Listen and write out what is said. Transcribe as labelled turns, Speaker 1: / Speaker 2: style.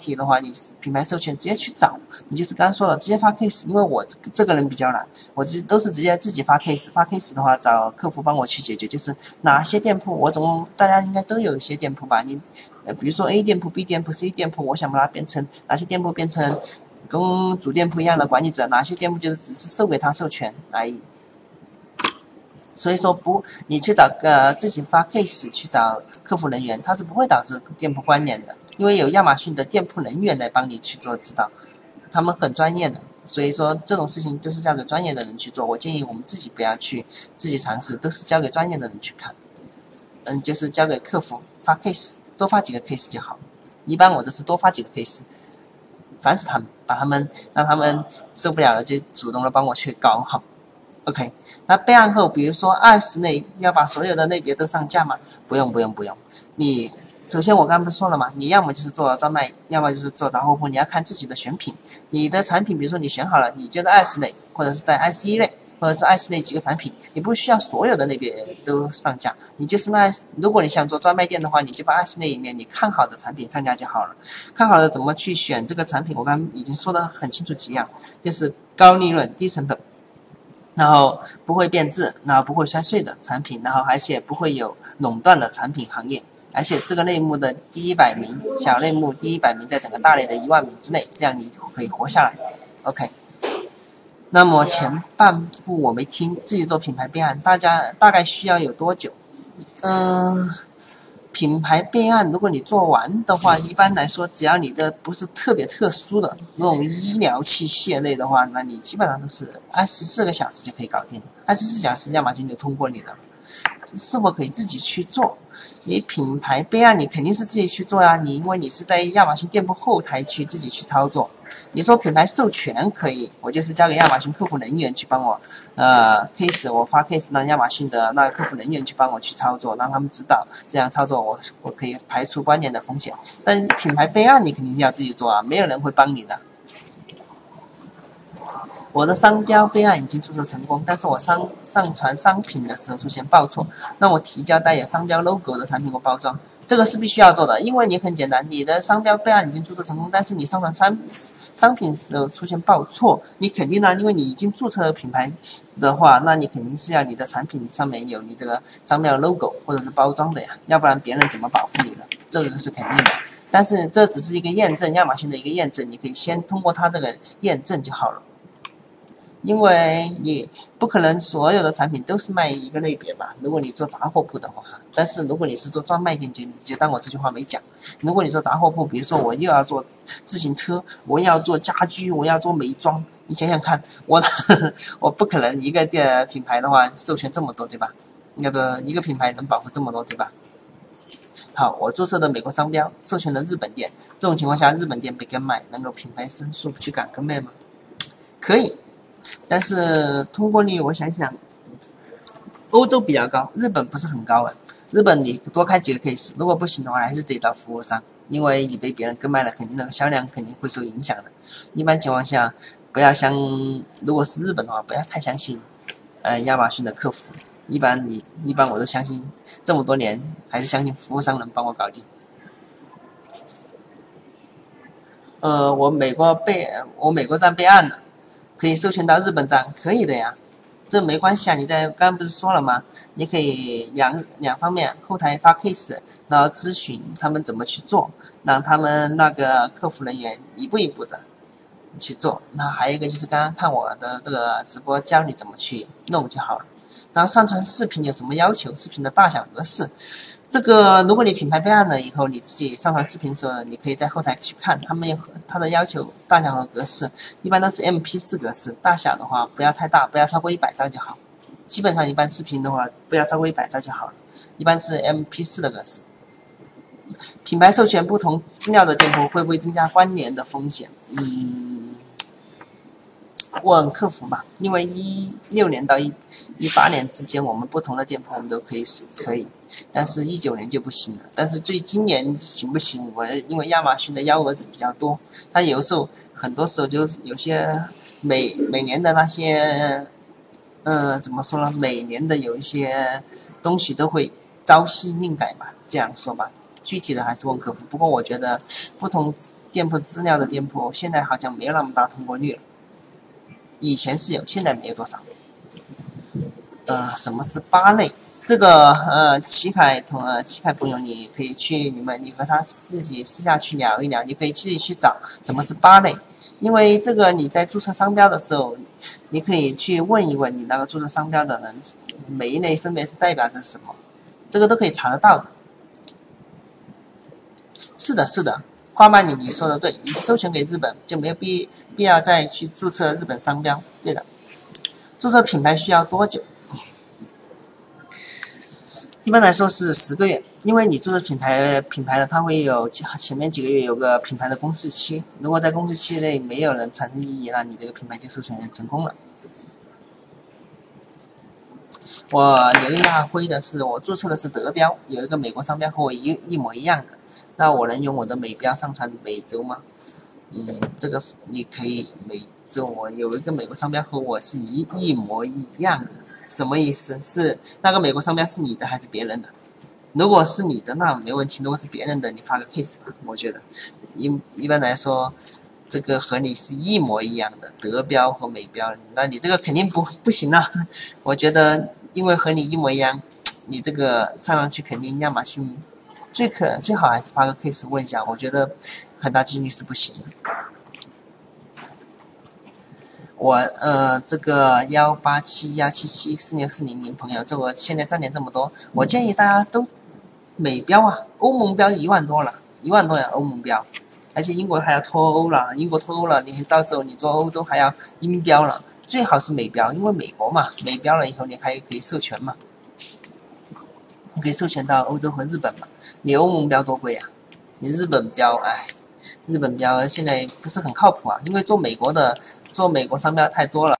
Speaker 1: 题的话，你品牌授权直接去找，你就是刚刚说了，直接发 case， 因为我这个人比较懒，我都是直接自己发 case， 发 case 的话找客服帮我去解决，就是哪些店铺，大家应该都有一些店铺吧，比如说 A 店铺、B 店铺、C 店铺，我想把它变成哪些店铺变成跟主店铺一样的管理者，哪些店铺就是只是授给他授权而已。所以说你去找自己发 case 去找客服人员，他是不会导致店铺关联的，因为有亚马逊的店铺人员来帮你去做指导，他们很专业的，所以说这种事情都是交给专业的人去做。我建议我们自己不要去自己尝试，都是交给专业的人去看。就是交给客服发 case， 多发几个 case 就好。一般我都是多发几个 case， 烦死他们，让他们受不了了就主动的帮我去搞好。OK， 那备案后，比如说20内要把所有的类别都上架吗？不用。你首先我刚刚不是说了吗？你要么就是做专卖，要么就是做杂货铺，你要看自己的选品。你的产品，比如说你选好了，你就在20类，或者是在21类，或者是20类几个产品，你不需要所有的类别都上架。你就是如果你想做专卖店的话，你就把20类里面你看好的产品上架就好了。看好了怎么去选这个产品，我刚刚已经说得很清楚几样，就是高利润、低成本。然后不会变质，然后不会摔碎的产品，然后而且不会有垄断的产品行业，而且这个类目的第100名，小类目第100名在整个大类的1万名之内，这样你可以活下来。OK， 那么前半部我没听，自己做品牌备案，大家大概需要有多久？品牌备案，如果你做完的话，一般来说，只要你的不是特别特殊的那种医疗器械类的话，那你基本上都是24个小时就可以搞定了。24小时亚马逊就通过你的了。是否可以自己去做？你品牌备案你肯定是自己去做呀，因为你是在亚马逊店铺后台去自己去操作。你说品牌授权可以，我就是交给亚马逊客服人员去帮我case， 我发 case 让亚马逊的那个客服人员去帮我去操作，让他们指导，这样操作我可以排除关联的风险。但品牌备案你肯定是要自己做啊，没有人会帮你的。我的商标备案已经注册成功，但是我上传商品的时候出现报错，让我提交带有商标 logo 的产品或包装，这个是必须要做的，因为你很简单，你的商标备案已经注册成功，但是你上传商品时候出现报错，你肯定因为你已经注册了品牌的话，那你肯定是要你的产品上面有你这个商标 logo 或者是包装的呀，要不然别人怎么保护你的？这个是肯定的。但是这只是一个验证，亚马逊的一个验证，你可以先通过它这个验证就好了。因为你不可能所有的产品都是卖一个类别吧，如果你做杂货铺的话，但是如果你是做专卖店，你就当我这句话没讲。如果你做杂货铺，比如说我又要做自行车，我要做家居，我要做美妆，你想想看，我不可能一个品牌的话授权这么多，对吧？那个一个品牌能保护这么多，对吧？好，我注册的美国商标授权的日本店，这种情况下日本店被跟卖，能够品牌申诉去敢跟卖吗？可以。但是通过率我想想，欧洲比较高，日本不是很高啊。日本你多开几个 case， 如果不行的话，还是得到服务商，因为你被别人跟卖了，肯定那个销量肯定会受影响的。一般情况下，如果是日本的话，不要太相信亚马逊的客服。一般我都相信，这么多年还是相信服务商能帮我搞定。我美国站备案了。可以授权到日本站，可以的呀，这没关系啊。你刚刚不是说了吗？你可以两方面，后台发 case， 然后咨询他们怎么去做，让他们那个客服人员一步一步的去做。那还有一个就是刚刚看我的这个直播教你怎么去弄就好了。然后上传视频有什么要求？视频的大小格式。这个如果你品牌备案了以后，你自己上传视频的时候，你可以在后台去看，它的要求大小和格式，一般都是 MP4 格式，大小的话不要太大，不要超过100兆就好。基本上一般视频的话不要超过100兆就好了，一般是 MP4 的格式。品牌授权不同资料的店铺会不会增加关联的风险？问客服吧，因为16年到18年之间，我们不同的店铺我们都可以，但是19年就不行了。但是今年行不行？因为亚马逊的幺蛾子比较多，它很多时候就是有些每年的那些，怎么说呢？每年的有一些东西都会朝夕令改吧，这样说吧。具体的还是问客服。不过我觉得不同店铺资料的店铺，现在好像没有那么大通过率了。以前是有，现在没有多少。什么是八类？这个齐凯朋友，你可以去你和他自己私下去聊一聊，你可以自己去找什么是八类，因为这个你在注册商标的时候，你可以去问一问你那个注册商标的人，每一类分别是代表着什么，这个都可以查得到的。是的，是的，花曼你说的对，你授权给日本就没有必要再去注册日本商标。对的，注册品牌需要多久？一般来说是10个月，因为你注册品牌的，它会有前面几个月有个品牌的公示期，如果在公示期内没有人产生异议，那你这个品牌就授权成功了。我留亚辉的是我注册的是德标，有一个美国商标和我一模一样的，那我能用我的美标上传美洲吗？这个你可以美洲，我有一个美国商标和我是一模一样的。什么意思？是那个美国商标是你的还是别人的？如果是你的那没问题，如果是别人的，你发个 case 吧。我觉得一般来说，这个和你是一模一样的德标和美标，那你这个肯定不行啊。我觉得因为和你一模一样，你这个上去肯定亚马逊最好还是发个 case 问一下，我觉得很大几率是不行的。我这个187177460朋友，这我现在占点这么多，我建议大家都美标啊，欧盟标1万多了，1万多呀欧盟标，而且英国还要脱欧了，英国脱欧了，你到时候你做欧洲还要英标了，最好是美标，因为美国嘛，美标了以后你还可以授权嘛，你可以授权到欧洲和日本嘛，你欧盟标多贵啊，你日本标，日本标现在不是很靠谱啊，因为做美国商标太多了。